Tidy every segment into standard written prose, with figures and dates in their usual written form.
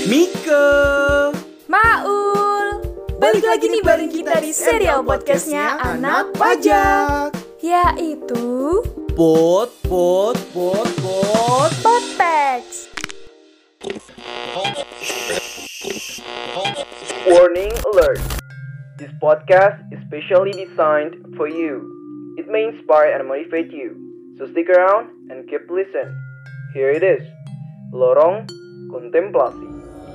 Mika, Maul, balik lagi nih bareng kita di serial podcastnya Anak Pajak, yaitu Podpacks. Warning alert. This podcast is specially designed for you. It may inspire and motivate you. So stick around and keep listening. Here it is. Lorong Kontemplasi.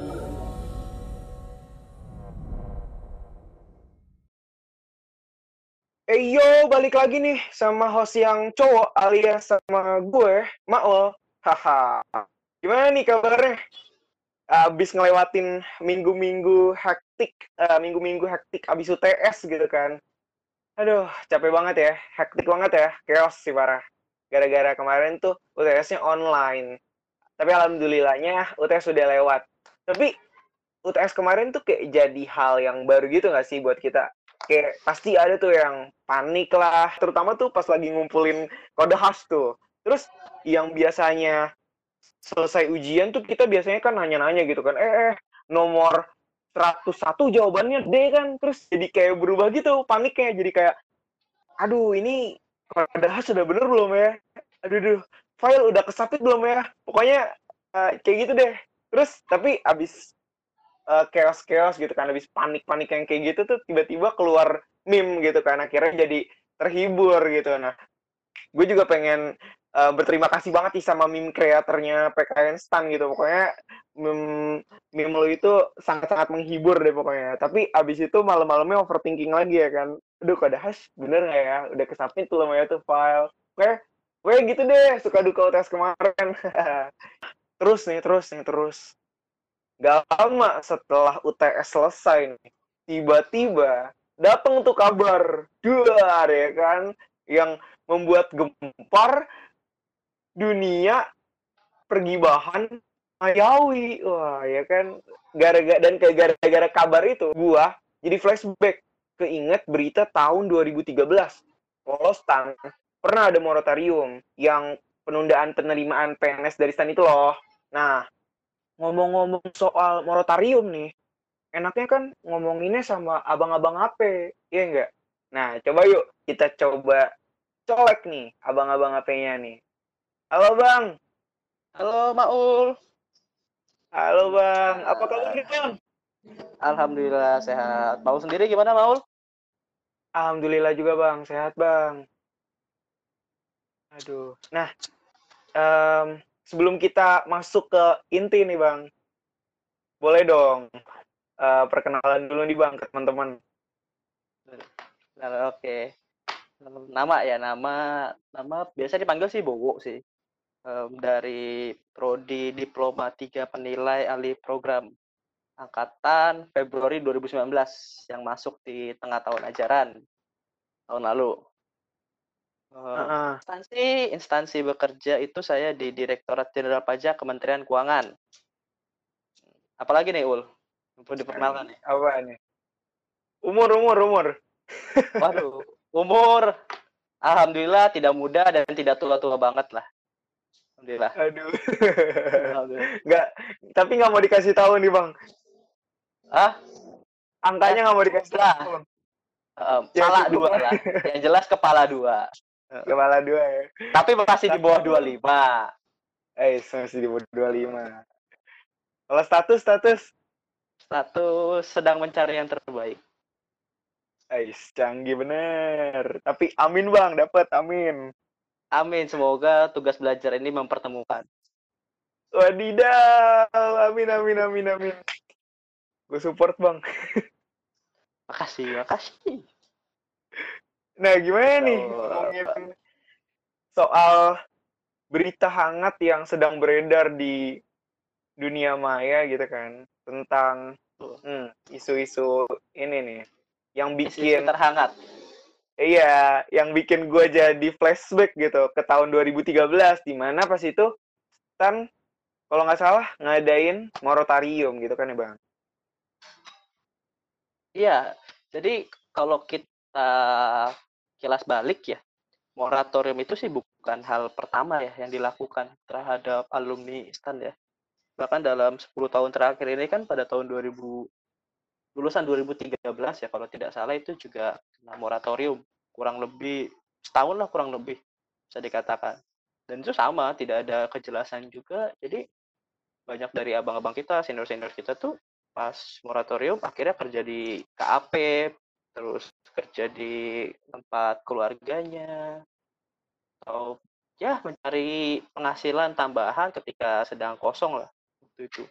Yo, balik lagi nih sama host yang cowok alias sama gue, Maul. Haha. Gimana nih kabarnya? Abis ngelewatin minggu-minggu hektik abis UTS gitu kan. Aduh, capek banget ya, hektik banget ya, chaos sih parah. Gara-gara kemarin tuh UTS-nya online. Tapi alhamdulillahnya UTS sudah lewat. Tapi UTS kemarin tuh kayak jadi hal yang baru gitu gak sih buat kita? Kayak pasti ada tuh yang panik lah, terutama tuh pas lagi ngumpulin kode khas tuh. Terus yang biasanya selesai ujian tuh kita biasanya kan nanya-nanya gitu kan, nomor 101 jawabannya D kan, terus jadi kayak berubah gitu paniknya, jadi kayak aduh ini padahal sudah bener belum ya, aduh file udah kesapit belum ya, pokoknya kayak gitu deh. Terus tapi abis chaos gitu kan, abis panik yang kayak gitu tuh tiba-tiba keluar meme gitu kan, akhirnya jadi terhibur gitu. Nah, gue juga pengen berterima kasih banget sih sama meme kreatornya PKN Stan gitu. Pokoknya meme lo itu sangat-sangat menghibur deh pokoknya. Tapi abis itu malam-malamnya overthinking lagi ya kan. Aduh, kode hash bener nggak ya? Udah kesubmit belum ya tuh file? Gue gitu deh, suka duka UTS kemarin. Terus. Gak lama setelah UTS selesai nih, tiba-tiba datang tuh kabar duar ya kan, yang membuat gempar dunia pergibahan mayawi. Wah ya kan, gara-gara kabar itu gua jadi flashback, keinget berita tahun 2013 polos STAN pernah ada moratorium yang penundaan penerimaan PNS dari STAN itu loh. Nah, ngomong-ngomong soal moratorium nih, enaknya kan ngomonginnya sama abang-abang AP, iya enggak? Nah, coba yuk kita coba colek nih abang-abang AP-nya nih. Halo Bang. Halo Maul. Halo Bang. Apa kabar nih Bang? Alhamdulillah sehat. Maul sendiri gimana Maul? Alhamdulillah juga Bang, sehat Bang. Aduh. Nah, sebelum kita masuk ke inti nih Bang, boleh dong perkenalan dulu nih Bang ke teman-teman. Nah, oke. Nama biasa dipanggil sih Bowo sih. Dari Prodi Diploma 3 Penilai Ahli Program Angkatan Februari 2019 yang masuk di tengah tahun ajaran tahun lalu. Instansi bekerja itu saya di Direktorat Jenderal Pajak Kementerian Keuangan. Apalagi nih Ul? Perlu diperkenalkan nih. Apa nih? Umur. Waduh, umur alhamdulillah tidak muda dan tidak tua-tua banget lah. Alhamdulillah. Aduh. Nggak mau dikasih tahu nih Bang. Angkanya nggak mau dikasih tahu. Kepala dua lah. Yang jelas kepala dua. Kepala dua ya. Tapi masih di bawah 25. Masih di bawah 25. Kalau status sedang mencari yang terbaik. Canggih bener. Tapi amin Bang, dapat amin. Amin, semoga tugas belajar ini mempertemukan. Wadidaw, amin. Gue support Bang. Makasih. Nah, gimana nih ngomongin soal berita hangat yang sedang beredar di dunia maya gitu kan, tentang isu-isu ini nih yang bikin isu terhangat. Iya, yang bikin gue jadi flashback gitu ke tahun 2013, di mana pas itu kan kalau nggak salah ngadain moratorium gitu kan ya Bang. Iya, jadi kalau kita kilas balik ya, moratorium itu sih bukan hal pertama ya yang dilakukan terhadap alumni STAN ya. Bahkan dalam 10 tahun terakhir ini kan pada tahun 2000, lulusan 2013 ya kalau tidak salah, itu juga kena moratorium kurang lebih setahun lah, kurang lebih bisa dikatakan. Dan itu sama, tidak ada kejelasan juga. Jadi banyak dari abang-abang kita, senior-senior kita tuh pas moratorium akhirnya kerja di KAP, terus kerja di tempat keluarganya, atau ya mencari penghasilan tambahan ketika sedang kosong lah waktu itu.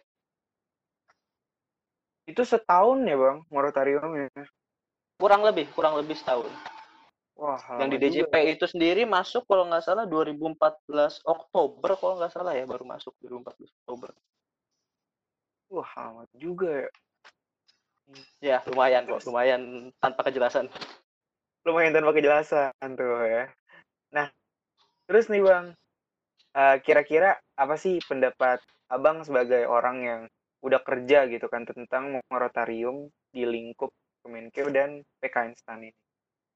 Itu setahun ya bang moratoriumnya? Kurang lebih setahun. Wah Yang lama di juga DJP ya. itu sendiri masuk kalau nggak salah 2014 Oktober, kalau nggak salah ya, baru masuk 2014 Oktober. Wah lama juga ya. Ya lumayan kok, Terus lumayan tanpa kejelasan. lumayan tanpa kejelasan tuh ya. Nah terus nih bang, kira-kira apa sih pendapat abang sebagai orang yang udah kerja gitu kan tentang moratorium di lingkup Kemenkeu dan PKN STAN ini?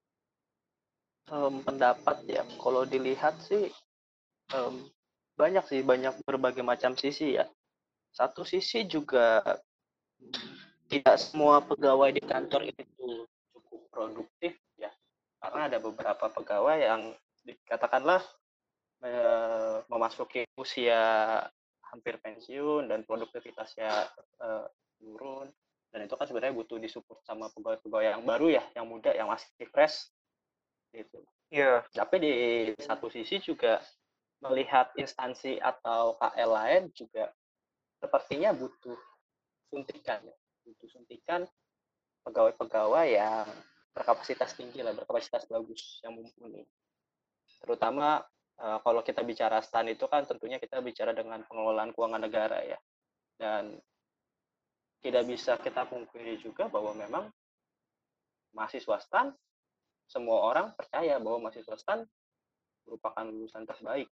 Pendapat ya, kalau dilihat sih em, banyak sih, banyak berbagai macam sisi ya. Satu sisi juga tidak semua pegawai di kantor itu cukup produktif ya, karena ada beberapa pegawai yang dikatakanlah memasuki usia hampir pensiun dan produktivitasnya turun, dan itu kan sebenarnya butuh disupport sama pegawai-pegawai yang baru ya, yang muda, yang masih fresh gitu. Iya. Tapi di satu sisi juga melihat instansi atau KL lain juga sepertinya butuh suntikan ya, butuh suntikan pegawai-pegawai yang berkapasitas tinggi lah, berkapasitas bagus, yang mumpuni. Terutama kalau kita bicara STAN itu kan tentunya kita bicara dengan pengelolaan keuangan negara ya. Dan tidak bisa kita pungkiri juga bahwa memang mahasiswa STAN, semua orang percaya bahwa mahasiswa STAN merupakan lulusan terbaik.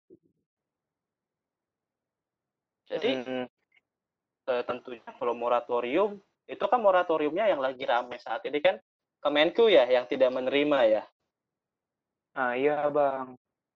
Jadi Hmm. tentunya kalau moratorium, itu kan moratoriumnya yang lagi rame saat ini kan Kemenku ya yang tidak menerima ya. Nah iya bang.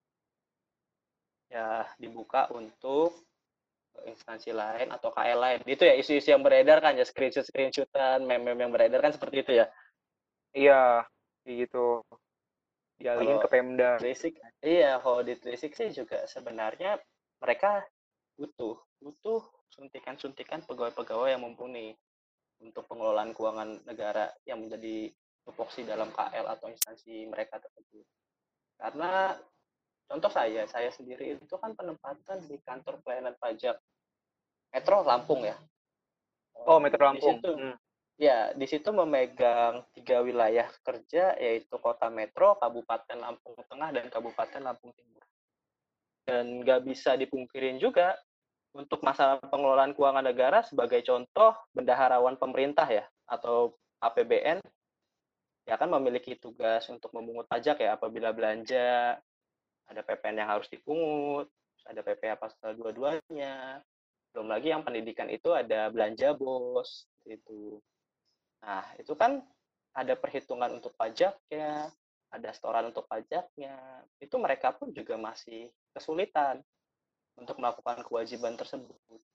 Ya dibuka untuk instansi lain atau KL lain. Itu ya isu-isu yang beredar kan ya, screenshot-screenshotan, meme-meme yang beredar kan seperti itu ya. Iya gitu. Dialihin Kalau ke Pemda. Trisik, iya, kalau di Trisik sih juga sebenarnya mereka butuh suntikan-suntikan pegawai-pegawai yang mumpuni untuk pengelolaan keuangan negara yang menjadi tupoksi dalam KL atau instansi mereka tersebut. Karena contoh saya sendiri itu kan penempatan di kantor pelayanan pajak Metro Lampung ya. Oh Metro Di Lampung. situ ya, di situ memegang 3 wilayah kerja, yaitu Kota Metro, Kabupaten Lampung Tengah, dan Kabupaten Lampung Timur. Dan nggak bisa dipungkirin juga, untuk masalah pengelolaan keuangan negara, sebagai contoh, bendaharawan pemerintah ya, atau APBN, ya kan memiliki tugas untuk memungut pajak ya apabila belanja, ada PPN yang harus dipungut, ada PPh pasal 22-nya, belum lagi yang pendidikan itu ada belanja bos, itu. Nah, itu kan ada perhitungan untuk pajaknya, ada setoran untuk pajaknya. Itu mereka pun juga masih kesulitan untuk melakukan kewajiban tersebut.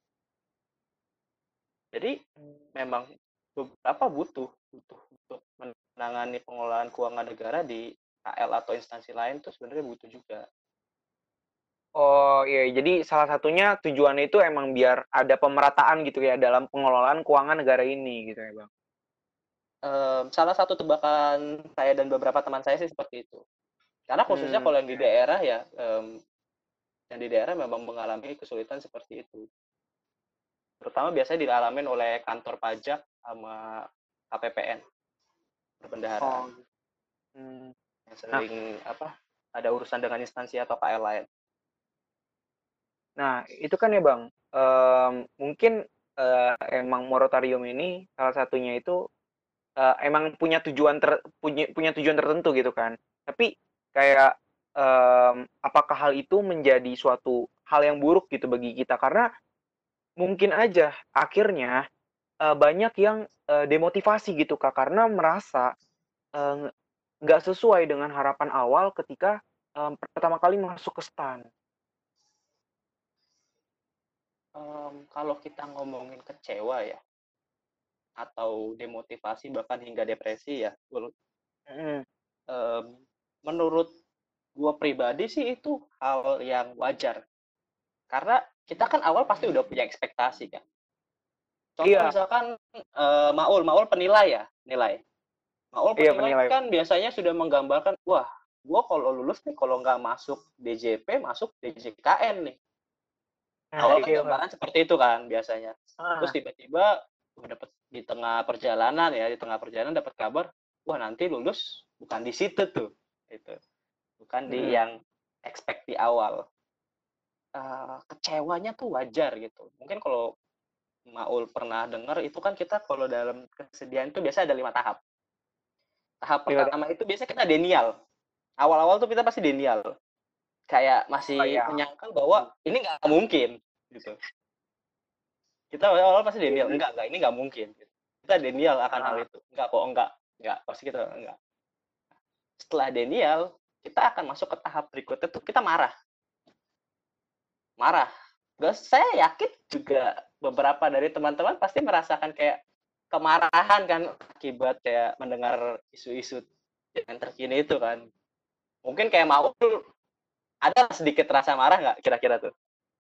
Jadi memang beberapa butuh untuk menangani pengelolaan keuangan negara di KL atau instansi lain tuh sebenarnya butuh juga. Oh iya, jadi salah satunya tujuannya itu emang biar ada pemerataan gitu ya dalam pengelolaan keuangan negara ini gitu ya bang. Salah satu tebakan saya dan beberapa teman saya sih seperti itu. Karena khususnya kalau yang di Ya. daerah ya, yang di daerah memang mengalami kesulitan seperti itu. Terutama biasanya dialamin oleh kantor pajak sama KPPN, perbendaharaan, Oh. Hmm. yang Nah, sering ada urusan dengan instansi atau KL lain. nah itu kan ya bang, mungkin emang moratorium ini salah satunya itu emang punya tujuan tertentu gitu kan. Tapi kayak apakah hal itu menjadi suatu hal yang buruk gitu bagi kita karena mungkin aja akhirnya banyak yang demotivasi gitu kak karena merasa eh, nggak sesuai dengan harapan awal ketika pertama kali masuk ke STAN. Kalau kita ngomongin kecewa ya, atau demotivasi bahkan hingga depresi ya, Mm. em, menurut gue pribadi sih itu hal yang wajar. Karena kita kan awal pasti udah punya ekspektasi kan. Contoh Iya, misalkan Maul penilai ya, nilai. Maul iya penilai penilai. kan biasanya sudah menggambarkan, wah, gue kalau lulus nih, kalau nggak masuk DJP, masuk DJKN nih. Nah, Awal kan iya bang. gambaran seperti itu kan biasanya. Terus Ah. tiba-tiba gue dapet di tengah perjalanan ya, di tengah perjalanan dapat kabar, wah nanti lulus bukan di situ tuh, itu bukan di Mm. yang expect di awal. Kecewanya tuh wajar gitu. Mungkin kalau Maul pernah dengar itu kan kita kalau dalam kesedihan itu biasa ada 5 tahap. Tahap Lima pertama itu biasanya kita denial. Awal-awal tuh kita pasti denial. Kayak tahun masih ya. menyangkal bahwa ini nggak mungkin gitu. Kita awal-awal pasti denial, enggak, ini nggak mungkin. Kita denial akan hal Ah. itu. Enggak kok, enggak, pasti kita enggak. Setelah denial, kita akan masuk ke tahap berikutnya tuh kita marah. Marah. Terus saya yakin juga beberapa dari teman-teman pasti merasakan kayak kemarahan kan akibat kayak mendengar isu-isu yang terkini itu kan. Mungkin kayak mau ada sedikit rasa marah nggak kira-kira tuh?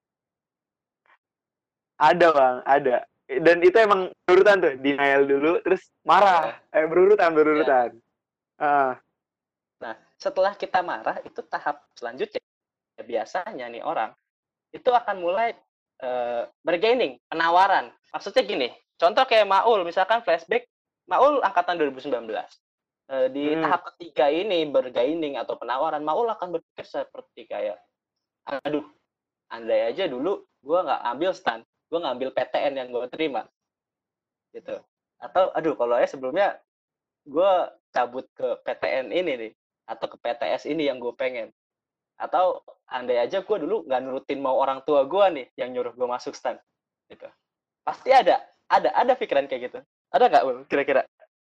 Ada bang, ada. Dan itu emang berurutan tuh, denial dulu, terus marah. Ya, Berurutan, ya. berurutan. Ah. Nah, setelah kita marah itu tahap selanjutnya biasanya nih orang itu akan mulai bergaining, penawaran. Maksudnya gini, contoh kayak Maul, misalkan flashback, Maul angkatan 2019. Di Mm. tahap ketiga ini bergaining atau penawaran, Maul akan berpikir seperti kayak, aduh, andai aja dulu gue nggak ambil stan, gue ngambil PTN yang gue terima, gitu. Atau, aduh, kalau ya sebelumnya gue cabut ke PTN ini nih, atau ke PTS ini yang gue pengen. Atau andai aja gue dulu nggak nurutin mau orang tua gue nih yang nyuruh gue masuk stan, gitu. Pasti ada pikiran kayak gitu. Ada nggak, Ul, kira-kira?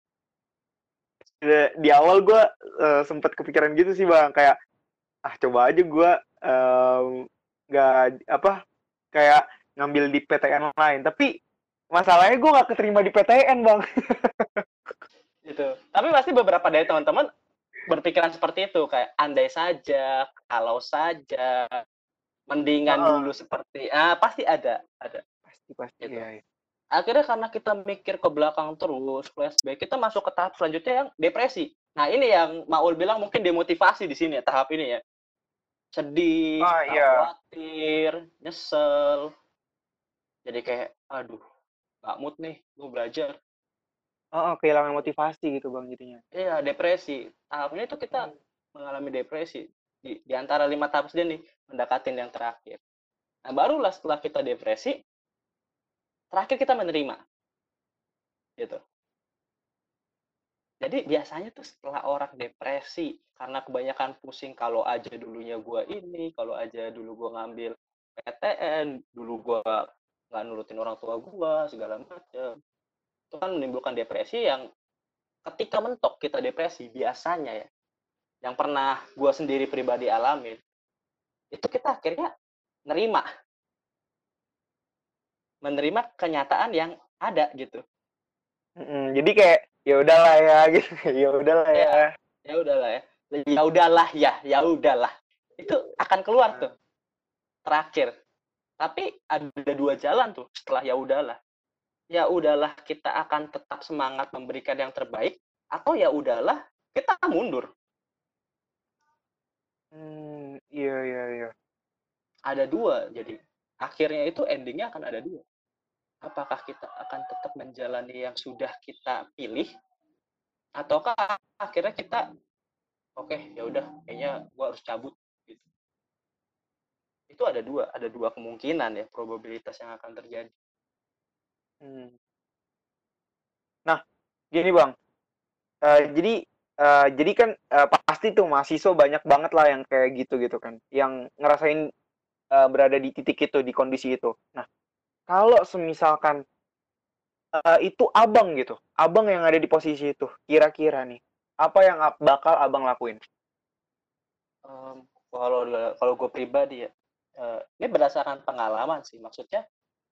Di awal gue sempet kepikiran gitu sih bang, kayak coba aja gue nggak apa kayak ngambil di PTN lain. Tapi masalahnya gue nggak keterima di PTN bang. Gitu. Tapi pasti beberapa dari teman-teman berpikiran seperti itu, kayak andai saja, kalau saja, mendingan dulu seperti pasti ada Pasti pasti gitu. ya. Akhirnya karena kita mikir ke belakang terus, flashback, kita masuk ke tahap selanjutnya yang depresi. Nah, ini yang Maul bilang mungkin demotivasi di sini ya, tahap ini ya. Sedih, Ah iya. khawatir, nyesel. Jadi kayak, aduh, gak mood nih, gue belajar. Kehilangan motivasi gitu bang jadinya. Iya, depresi. Tahapnya itu kita mengalami depresi. Di antara 5 tahap sedih nih, mendekatin yang terakhir. Nah, barulah setelah kita depresi, terakhir kita menerima. Gitu. Jadi biasanya tuh setelah orang depresi, karena kebanyakan pusing kalau aja dulunya gue ini, kalau aja dulu gue ngambil PTN, dulu gue nggak nurutin orang tua gue, segala macam. Itu kan menimbulkan depresi yang ketika mentok kita depresi, biasanya ya, yang pernah gue sendiri pribadi alamin, itu kita akhirnya menerima kenyataan yang ada gitu. Jadi kayak ya udahlah ya gitu. Ya udahlah ya. Ya, ya udahlah ya. Ya udahlah. Itu akan keluar tuh terakhir. Tapi ada 2 jalan tuh setelah ya udahlah. Ya udahlah kita akan tetap semangat memberikan yang terbaik, atau ya udahlah kita mundur. Iya iya iya. Ada 2, jadi akhirnya itu endingnya akan ada 2. Apakah kita akan tetap menjalani yang sudah kita pilih, ataukah akhirnya kita oke, ya udah kayaknya gua harus cabut gitu. Itu ada dua kemungkinan ya, probabilitas yang akan terjadi. Hmm. Nah, gini bang. Jadi kan pasti tuh mahasiswa banyak banget lah yang kayak gitu kan, yang ngerasain berada di titik itu, di kondisi itu. Nah, kalau semisalkan itu abang gitu, abang yang ada di posisi itu, kira-kira nih, apa yang bakal abang lakuin? Kalau kalau gue pribadi ya, ini berdasarkan pengalaman sih, maksudnya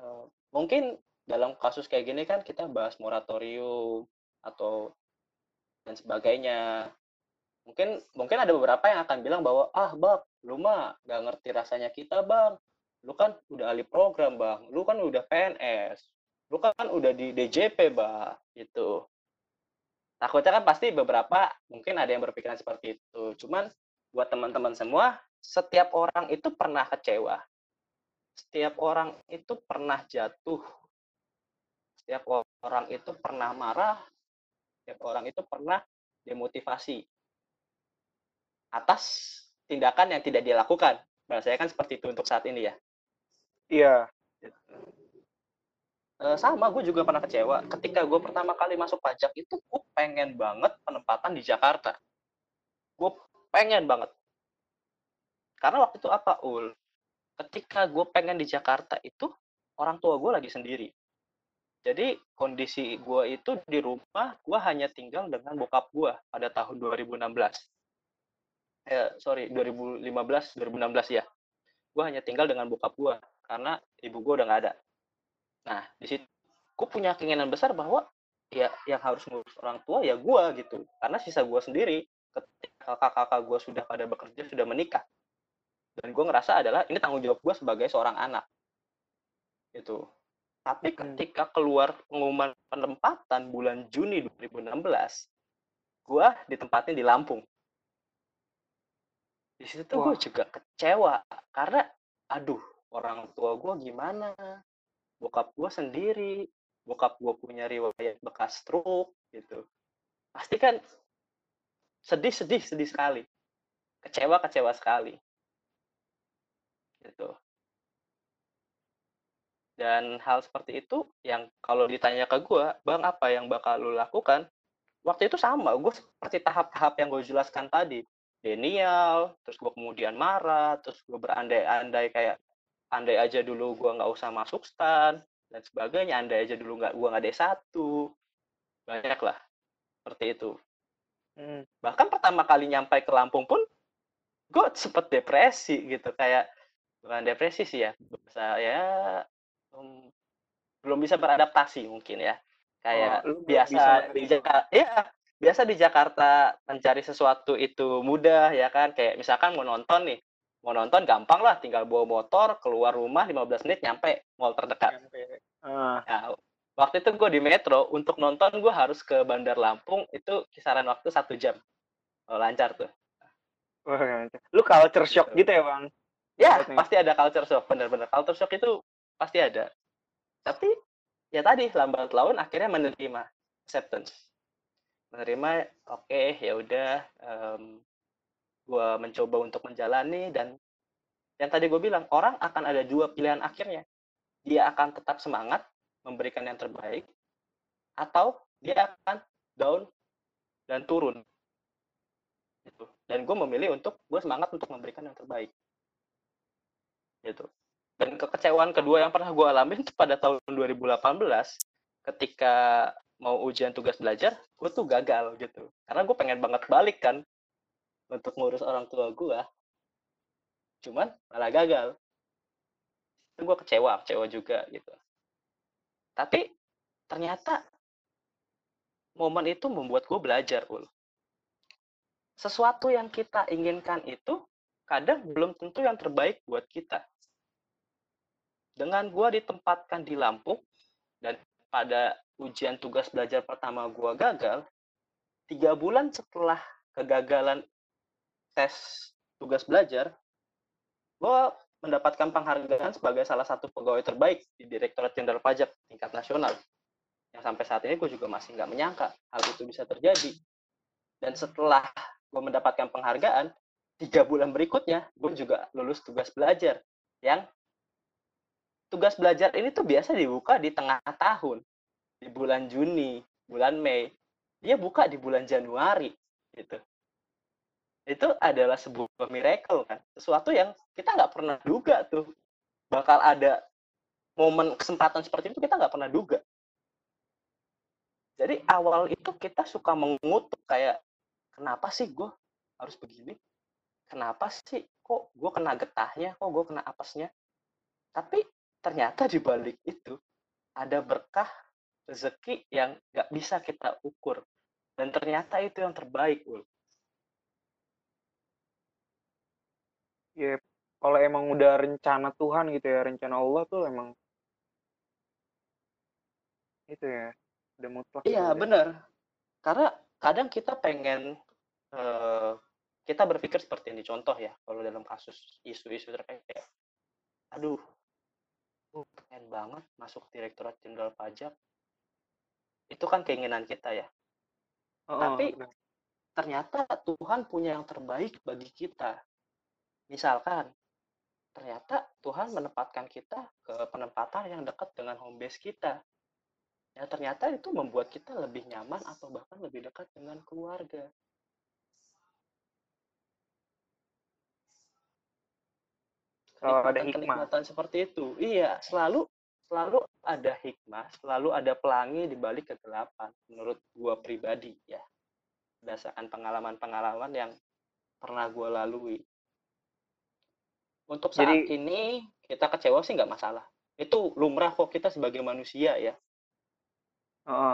Mungkin dalam kasus kayak gini kan kita bahas moratorium atau dan sebagainya. Mungkin ada beberapa yang akan bilang bahwa bang, lu mah gak ngerti rasanya kita bang, lu kan udah ahli program bang, lu kan udah PNS, lu kan udah di DJP bang, gitu. Takutnya kan pasti beberapa mungkin ada yang berpikiran seperti itu. Cuman buat teman-teman semua, setiap orang itu pernah kecewa, setiap orang itu pernah jatuh, setiap orang itu pernah marah, setiap orang itu pernah demotivasi atas tindakan yang tidak dilakukan. Saya kan seperti itu untuk saat ini ya. Iya. Sama, gue juga pernah kecewa. Ketika gue pertama kali masuk pajak itu, gue pengen banget penempatan di Jakarta. Gue pengen banget. Karena waktu itu apa, Ul? Ketika gue pengen di Jakarta itu, orang tua gue lagi sendiri. Jadi kondisi gue itu di rumah, gue hanya tinggal dengan bokap gue pada tahun 2016. 2015, 2016 ya. Gue hanya tinggal dengan bokap gue, karena ibu gue udah gak ada. Nah, di situ gue punya keinginan besar bahwa ya yang harus ngurus orang tua ya gue gitu. Karena sisa gue sendiri, ketika kakak-kakak gue sudah pada bekerja, sudah menikah. Dan gue ngerasa adalah ini tanggung jawab gue sebagai seorang anak. Gitu. Tapi ketika keluar pengumuman penempatan bulan Juni 2016, gue ditempatin di Lampung. Di situ tuh gue juga kecewa karena orang tua gue gimana, bokap gue sendiri, bokap gue punya riwayat bekas stroke gitu, pasti kan sedih sekali, kecewa sekali gitu. Dan hal seperti itu yang kalau ditanya ke gue, bang apa yang bakal lu lakukan, waktu itu sama, gue seperti tahap-tahap yang gue jelaskan tadi, denial, terus gue kemudian marah, terus gue berandai-andai kayak andai aja dulu gue nggak usah masuk stan dan sebagainya, andai aja dulu gue nggak D1, banyak lah seperti itu. Bahkan pertama kali nyampe ke Lampung pun gue sempet depresi gitu, kayak bukan depresi sih ya, saya belum bisa beradaptasi mungkin ya, kayak biasa di Jakarta mencari sesuatu itu mudah ya kan, kayak misalkan mau nonton gampang lah, tinggal bawa motor keluar rumah 15 menit nyampe mall terdekat. Nah, waktu itu gue di metro, untuk nonton gue harus ke Bandar Lampung, itu kisaran waktu 1 jam. Lancar tuh. Lu culture shock gitu ya bang? Ya, pasti ada culture shock, bener-bener. Culture shock itu pasti ada. Tapi ya tadi, lambat laun akhirnya menerima acceptance. Menerima, oke, ya udah, gue mencoba untuk menjalani, dan yang tadi gue bilang, orang akan ada 2 pilihan akhirnya. Dia akan tetap semangat memberikan yang terbaik, atau dia akan down dan turun gitu. Dan gue memilih untuk gue semangat untuk memberikan yang terbaik gitu. Dan kekecewaan kedua yang pernah gue alamin pada tahun 2018 ketika mau ujian tugas belajar, gue tuh gagal gitu, karena gue pengen banget balik kan untuk ngurus orang tua gue, cuman malah gagal. Itu gue kecewa juga gitu. Tapi ternyata momen itu membuat gue belajar, sesuatu yang kita inginkan itu kadang belum tentu yang terbaik buat kita. Dengan gue ditempatkan di Lampung, dan pada ujian tugas belajar pertama gue gagal, 3 bulan setelah kegagalan tes tugas belajar, gue mendapatkan penghargaan sebagai salah satu pegawai terbaik di Direktorat Jenderal Pajak tingkat nasional. Yang sampai saat ini gue juga masih nggak menyangka hal itu bisa terjadi. Dan setelah gue mendapatkan penghargaan, 3 bulan berikutnya gue juga lulus tugas belajar. Yang tugas belajar ini tuh biasa dibuka di tengah tahun, di bulan Juni, bulan Mei. Dia buka di bulan Januari gitu. Itu adalah sebuah miracle kan, sesuatu yang kita nggak pernah duga tuh bakal ada momen kesempatan seperti itu, kita nggak pernah duga. Jadi awal itu kita suka mengutuk kayak, kenapa sih gue harus begini, kenapa sih kok gue kena getahnya, kok gue kena apesnya. Tapi ternyata di balik itu ada berkah rezeki yang nggak bisa kita ukur, dan ternyata itu yang terbaik, Ul. Ya, kalau emang udah rencana Tuhan gitu ya, rencana Allah tuh emang itu ya, udah mutlak gitu Iya udah. benar, karena kadang kita pengen kita berpikir seperti ini, contoh ya, kalau dalam kasus isu-isu terkait kayak, aduh, pengen banget masuk Direktorat Jenderal Pajak, itu kan keinginan kita ya, tapi Benar. ternyata Tuhan punya yang terbaik bagi kita. Misalkan ternyata Tuhan menempatkan kita ke penempatan yang dekat dengan home base kita, ya ternyata itu membuat kita lebih nyaman atau bahkan lebih dekat dengan keluarga. Kalau ada hikmah. Kenikmatan seperti itu, iya, selalu selalu ada hikmah, selalu ada pelangi di balik kegelapan, menurut gua pribadi ya, berdasarkan pengalaman-pengalaman yang pernah gua lalui. Untuk saat Jadi, ini kita kecewa sih nggak masalah, itu lumrah kok, kita sebagai manusia ya. heeh.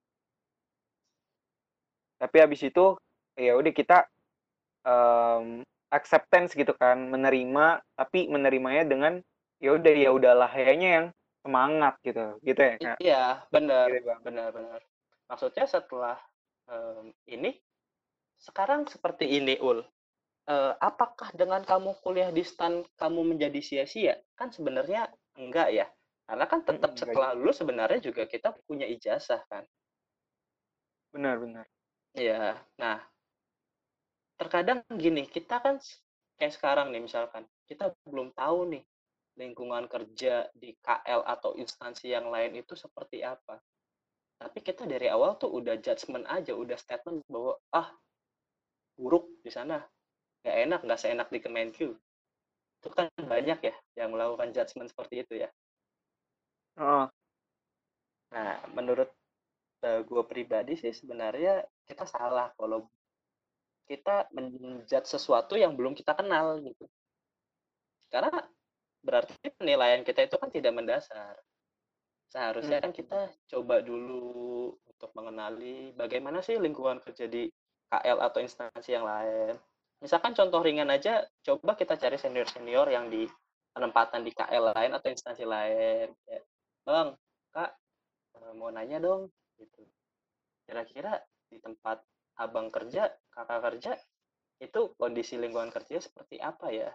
Tapi habis itu ya udah kita acceptance gitu kan, menerima, tapi menerimanya dengan ya udah ya udahlah kayaknya yang semangat gitu ya kak, Iya, benar, gitu ya, bang. benar, benar. Maksudnya setelah ini, sekarang seperti ini, Ul. Apakah dengan kamu kuliah di STAN kamu menjadi sia-sia? Kan sebenarnya enggak ya. Karena kan tetap Enggak setelah juga. lulus sebenarnya juga kita punya ijazah kan. Benar. Iya. Nah, terkadang gini, kita kan kayak sekarang nih misalkan, kita belum tahu nih lingkungan kerja di KL atau instansi yang lain itu seperti apa. Tapi kita dari awal tuh udah judgement aja, udah statement bahwa buruk di sana, nggak enak, nggak seenak di Kemenq. Itu kan banyak ya yang melakukan judgement seperti itu ya. Heeh. Nah, menurut gue pribadi sih sebenarnya kita salah kalau kita menjudge sesuatu yang belum kita kenal gitu. Karena berarti penilaian kita itu kan tidak mendasar. Seharusnya kan kita coba dulu untuk mengenali bagaimana sih lingkungan kerja di KL atau instansi yang lain. Misalkan contoh ringan aja, coba kita cari senior-senior yang di penempatan di KL lain atau instansi lain. Ya, Bang, Kak, mau nanya dong, gitu. Kira-kira di tempat abang kerja, kakak kerja, itu kondisi lingkungan kerja seperti apa ya?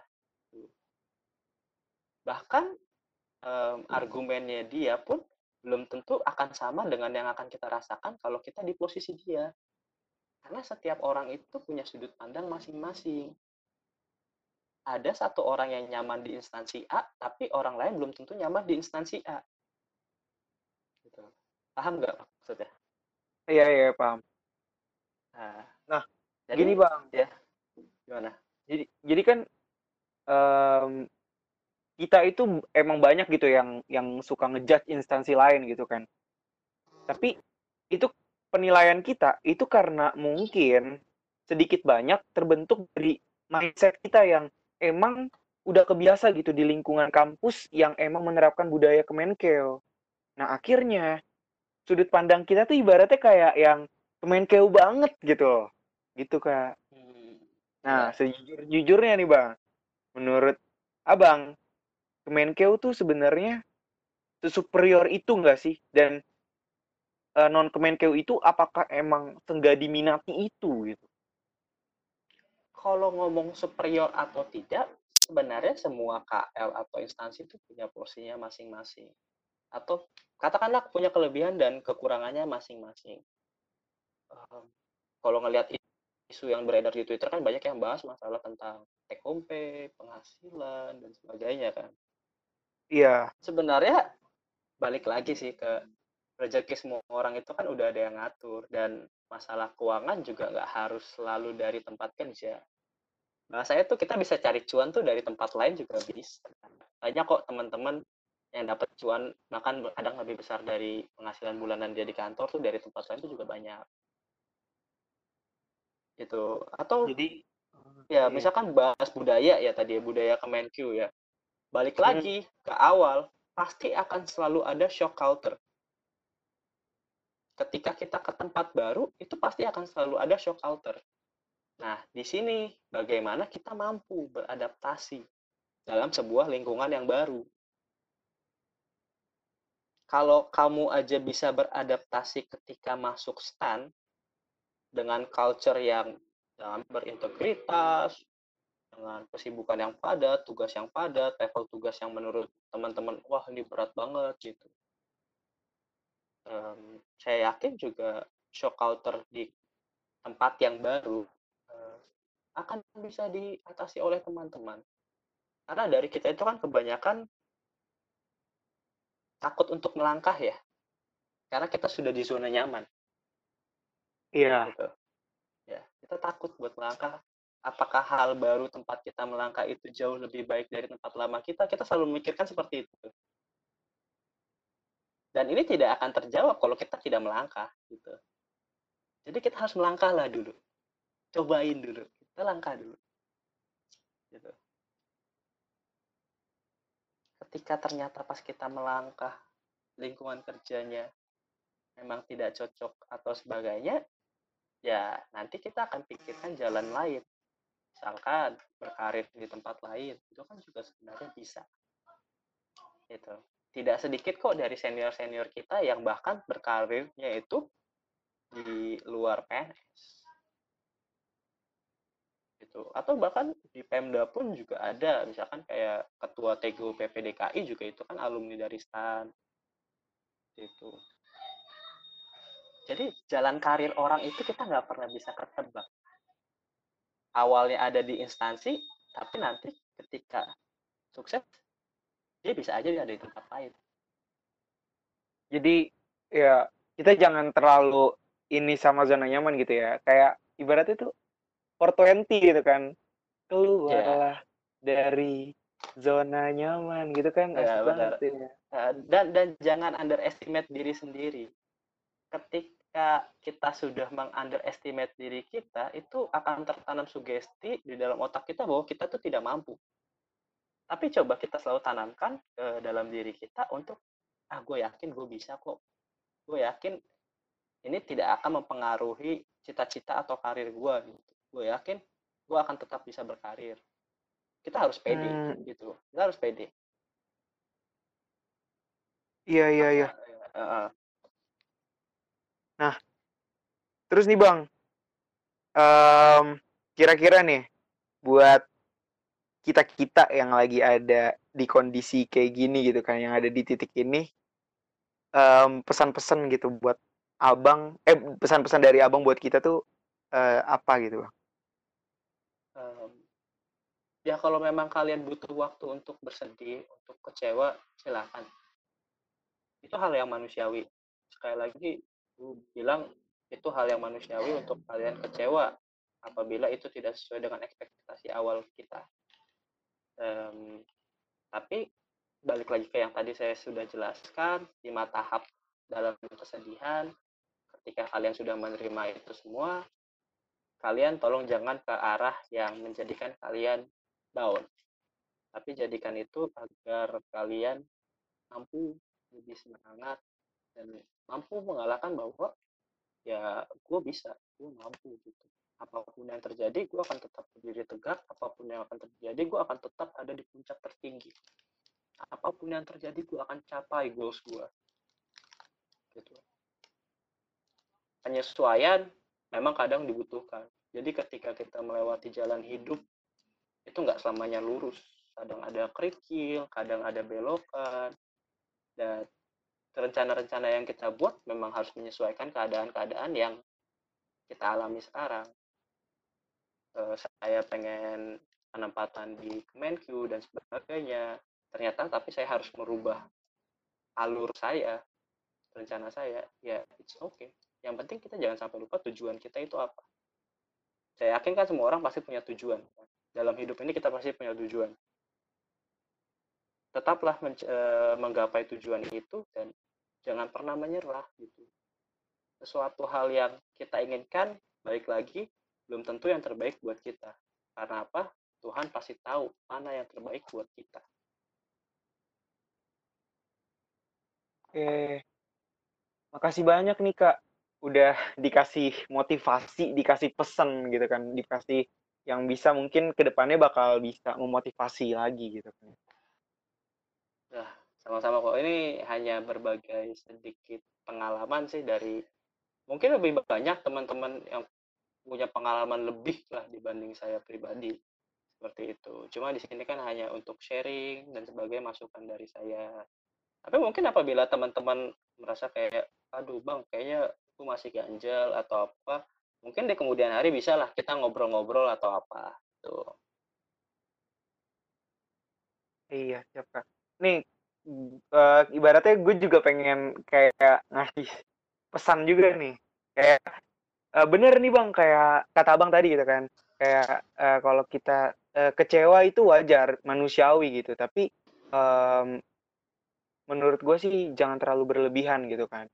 Bahkan argumennya dia pun belum tentu akan sama dengan yang akan kita rasakan kalau kita di posisi dia. Karena setiap orang itu punya sudut pandang masing-masing. Ada satu orang yang nyaman di instansi A, tapi orang lain belum tentu nyaman di instansi A. Gitu. Paham nggak maksudnya? Iya paham. Nah, Nah, jadi gini bang, ya gimana? jadi kan em, kita itu emang banyak gitu yang suka ngejudge instansi lain gitu kan. Tapi itu penilaian kita itu karena mungkin sedikit banyak terbentuk dari mindset kita yang emang udah kebiasa gitu di lingkungan kampus yang emang menerapkan budaya Kemenkeu. Nah, akhirnya sudut pandang kita tuh ibaratnya kayak yang Kemenkeu banget gitu loh. Gitu, Kak. Nah, Ya, sejujurnya nih, Bang, menurut Abang, Kemenkeu tuh sebenarnya superior itu nggak sih? Dan non Kemenkeu itu apakah emang enggak diminati itu gitu? kalau ngomong superior atau tidak, sebenarnya semua KL atau instansi itu punya porsinya masing-masing. Atau katakanlah punya kelebihan dan kekurangannya masing-masing. Kalau ngelihat isu yang beredar di Twitter kan banyak yang bahas masalah tentang take home pay, penghasilan, dan sebagainya kan. Iya. Sebenarnya balik lagi sih ke rezeki semua orang itu kan udah ada yang ngatur, dan masalah keuangan juga nggak harus selalu dari tempat kerja. Bahasanya tuh kita bisa cari cuan tuh dari tempat lain juga bisa. Banyak kok teman-teman yang dapat cuan bahkan kadang lebih besar dari penghasilan bulanan dia di kantor tuh dari tempat lain tuh juga banyak. Gitu. Atau Jadi ya iya. misalkan bahas budaya ya tadi ya, budaya Kemenq ya. Balik Hmm, lagi ke awal. pasti akan selalu ada shock culture. Ketika kita ke tempat baru, itu pasti akan selalu ada shock culture. Nah, di sini bagaimana kita mampu beradaptasi dalam sebuah lingkungan yang baru. Kalau kamu aja bisa beradaptasi ketika masuk STAN dengan culture yang berintegritas, dengan kesibukan yang padat, tugas yang padat, level tugas yang menurut teman-teman, wah ini berat banget gitu. Saya yakin juga shock culture di tempat yang baru akan bisa diatasi oleh teman-teman. Karena dari kita itu kan kebanyakan takut untuk melangkah ya. Karena kita sudah di zona nyaman. Iya. Gitu. Ya, kita takut buat melangkah. Apakah hal baru tempat kita melangkah itu jauh lebih baik dari tempat lama kita? Kita selalu memikirkan seperti itu. Dan ini tidak akan terjawab kalau kita tidak melangkah gitu. Jadi kita harus melangkahlah dulu. Cobain dulu. Kita langkah dulu. Gitu. Ketika ternyata pas kita melangkah lingkungan kerjanya memang tidak cocok atau sebagainya, ya nanti kita akan pikirkan jalan lain. Misalkan berkarir di tempat lain, itu kan juga sebenarnya bisa. Gitu. Tidak sedikit kok dari senior-senior kita yang bahkan berkarirnya itu di luar PNS. Gitu. Atau bahkan di Pemda pun juga ada, misalkan kayak ketua TGU PPDKI juga itu kan alumni dari STAN. Gitu. Jadi jalan karir orang itu kita nggak pernah bisa ketebak. Awalnya ada di instansi, tapi nanti ketika sukses, dia bisa aja ada di tempat lain. Jadi ya kita jangan terlalu ini sama zona nyaman gitu ya. Kayak ibaratnya tuh 420 gitu kan. Keluarlah dari zona nyaman gitu kan, Ya asik banget benar. tuh ya. Dan jangan underestimate diri sendiri. Ketika kita sudah meng-underestimate diri kita, itu akan tertanam sugesti di dalam otak kita bahwa kita tuh tidak mampu. Tapi coba kita selalu tanamkan ke dalam diri kita untuk, gue yakin gue bisa kok. Gue yakin ini tidak akan mempengaruhi cita-cita atau karir gue. Gitu. Gue yakin gue akan tetap bisa berkarir. Kita harus pede gitu. Kita harus pede. Iya. Nah, terus nih Bang, kira-kira nih buat kita-kita yang lagi ada di kondisi kayak gini gitu kan, yang ada di titik ini, pesan-pesan gitu buat Abang, pesan-pesan dari Abang buat kita tuh apa gitu Bang? Ya kalau memang kalian butuh waktu untuk bersedih, untuk kecewa, silakan. Itu hal yang manusiawi. Sekali lagi, gue bilang itu hal yang manusiawi untuk kalian kecewa apabila itu tidak sesuai dengan ekspektasi awal kita. Tapi balik lagi ke yang tadi saya sudah jelaskan, 5 tahap dalam kesedihan. Ketika kalian sudah menerima itu semua, kalian tolong jangan ke arah yang menjadikan kalian down. Tapi jadikan itu agar kalian mampu lebih semangat dan mampu mengalahkan bahwa ya gue bisa, gue mampu gitu. Apapun yang terjadi, gue akan tetap berdiri tegak. Apapun yang akan terjadi, gue akan tetap ada di puncak tertinggi. Apapun yang terjadi, gue akan capai goals gue. Gitu. Penyesuaian memang kadang dibutuhkan. Jadi ketika kita melewati jalan hidup, itu nggak selamanya lurus. Kadang ada kerikil, kadang ada belokan, dan rencana-rencana yang kita buat memang harus menyesuaikan keadaan-keadaan yang kita alami sekarang. Saya pengen penempatan di Kemenq dan sebagainya. Ternyata tapi saya harus merubah alur saya, rencana saya. Ya, it's okay. Yang penting kita jangan sampai lupa tujuan kita itu apa. Saya yakin kan semua orang pasti punya tujuan. Dalam hidup ini kita pasti punya tujuan. Tetaplah menggapai tujuan itu dan jangan pernah menyerah gitu. Sesuatu hal yang kita inginkan, balik lagi, belum tentu yang terbaik buat kita. Karena apa? Tuhan pasti tahu mana yang terbaik buat kita. Makasih banyak nih Kak, udah dikasih motivasi, dikasih pesan gitu kan, dikasih yang bisa mungkin kedepannya bakal bisa memotivasi lagi gitu kan. Nah, sama-sama kok. Ini hanya berbagai sedikit pengalaman sih dari mungkin lebih banyak teman-teman yang punya pengalaman lebih lah dibanding saya pribadi seperti itu. Cuma di sini kan hanya untuk sharing dan sebagai masukan dari saya. Tapi mungkin apabila teman-teman merasa kayak, aduh bang, kayaknya aku masih ganjel atau apa, mungkin di kemudian hari bisa lah kita ngobrol-ngobrol atau apa. Tuh. Iya, siap Kak. Nih, ibaratnya gue juga pengen kayak ngasih pesan juga nih. Kayak, bener nih Bang, kayak kata Abang tadi gitu kan. Kayak kalau kita kecewa itu wajar, manusiawi gitu. Tapi menurut gue sih jangan terlalu berlebihan gitu kan.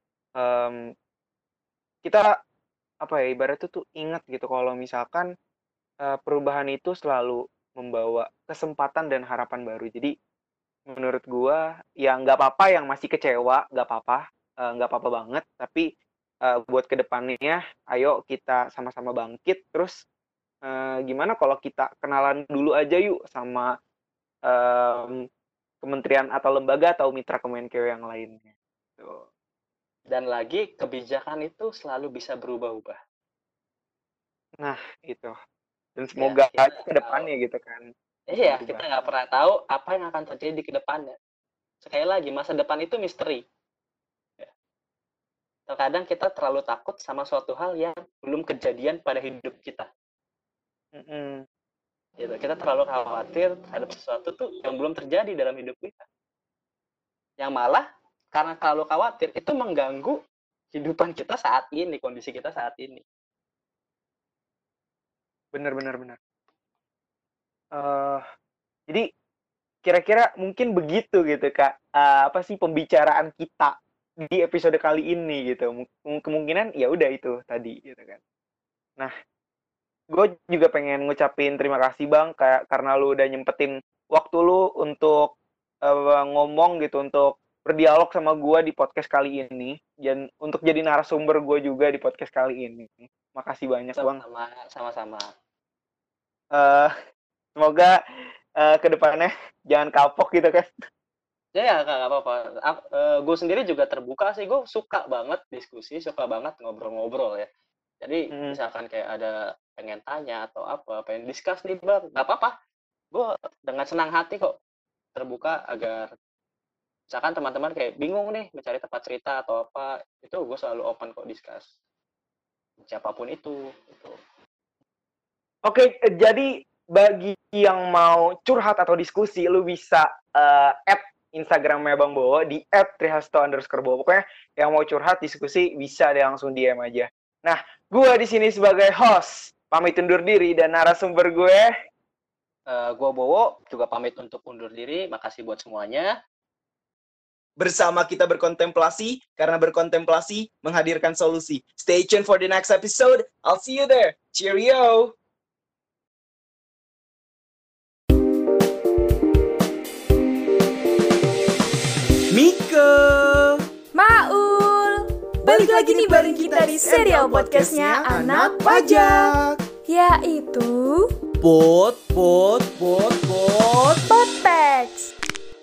Kita apa ya, ibaratnya tuh ingat gitu kalau misalkan perubahan itu selalu membawa kesempatan dan harapan baru. Jadi menurut gua ya nggak apa-apa yang masih kecewa, nggak apa-apa, nggak apa-apa banget. Tapi buat kedepannya, ayo kita sama-sama bangkit. Terus gimana kalau kita kenalan dulu aja yuk sama kementerian atau lembaga atau mitra Kemenkeu yang lainnya. Tuh. Dan lagi, kebijakan itu selalu bisa berubah-ubah. Nah itu. Dan Ya, semoga kita aja kedepannya gitu kan bisa iya, kita berubah. nggak pernah tahu apa yang akan terjadi di kedepannya. Sekali lagi, masa depan itu misteri. Ya. Terkadang kita terlalu takut sama suatu hal yang belum kejadian pada hidup kita. Mm-mm. Gitu. Kita terlalu khawatir terhadap sesuatu tuh yang belum terjadi dalam hidup kita. Yang malah karena terlalu khawatir itu mengganggu kehidupan kita saat ini, kondisi kita saat ini. Benar. Jadi kira-kira mungkin begitu gitu Kak. Apa sih pembicaraan kita di episode kali ini gitu. Kemungkinan ya udah itu tadi gitu kan. Nah, gue juga pengen ngucapin terima kasih Bang karena lu udah nyempetin waktu lu untuk ngomong gitu, untuk berdialog sama gue di podcast kali ini dan untuk jadi narasumber gue juga di podcast kali ini. Makasih banyak Bang. Sama-sama. Semoga kedepannya jangan kapok gitu kan. Ya, nggak apa-apa. Gue sendiri juga terbuka sih. Gue suka banget diskusi, suka banget ngobrol-ngobrol ya. Jadi misalkan kayak ada pengen tanya atau apa, pengen discuss nih bang, nggak apa-apa. Gue dengan senang hati kok terbuka agar misalkan teman-teman kayak bingung nih mencari tempat cerita atau apa, itu gue selalu open kok discuss. Siapapun itu. Gitu. Oke, jadi bagi yang mau curhat atau diskusi, lu bisa add Instagramnya Bang Bowo di @trihasto_bowo. Pokoknya yang mau curhat diskusi bisa deh langsung DM aja. Nah, gue di sini sebagai host, pamit undur diri dan narasumber gue. Gue Bowo juga pamit untuk undur diri. Makasih buat semuanya. Bersama kita berkontemplasi, karena berkontemplasi menghadirkan solusi. Stay tuned for the next episode. I'll see you there. Cheerio! Mika! Maul! Balik lagi nih bareng kita di serial podcastnya Anak Pajak, yaitu Podpex.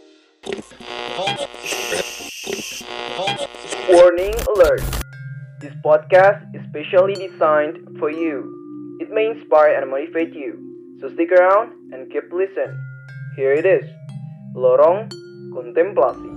Warning alert. This podcast is specially designed for you. It may inspire and motivate you. So stick around and keep listening. Here it is. Lorong Kontemplasi.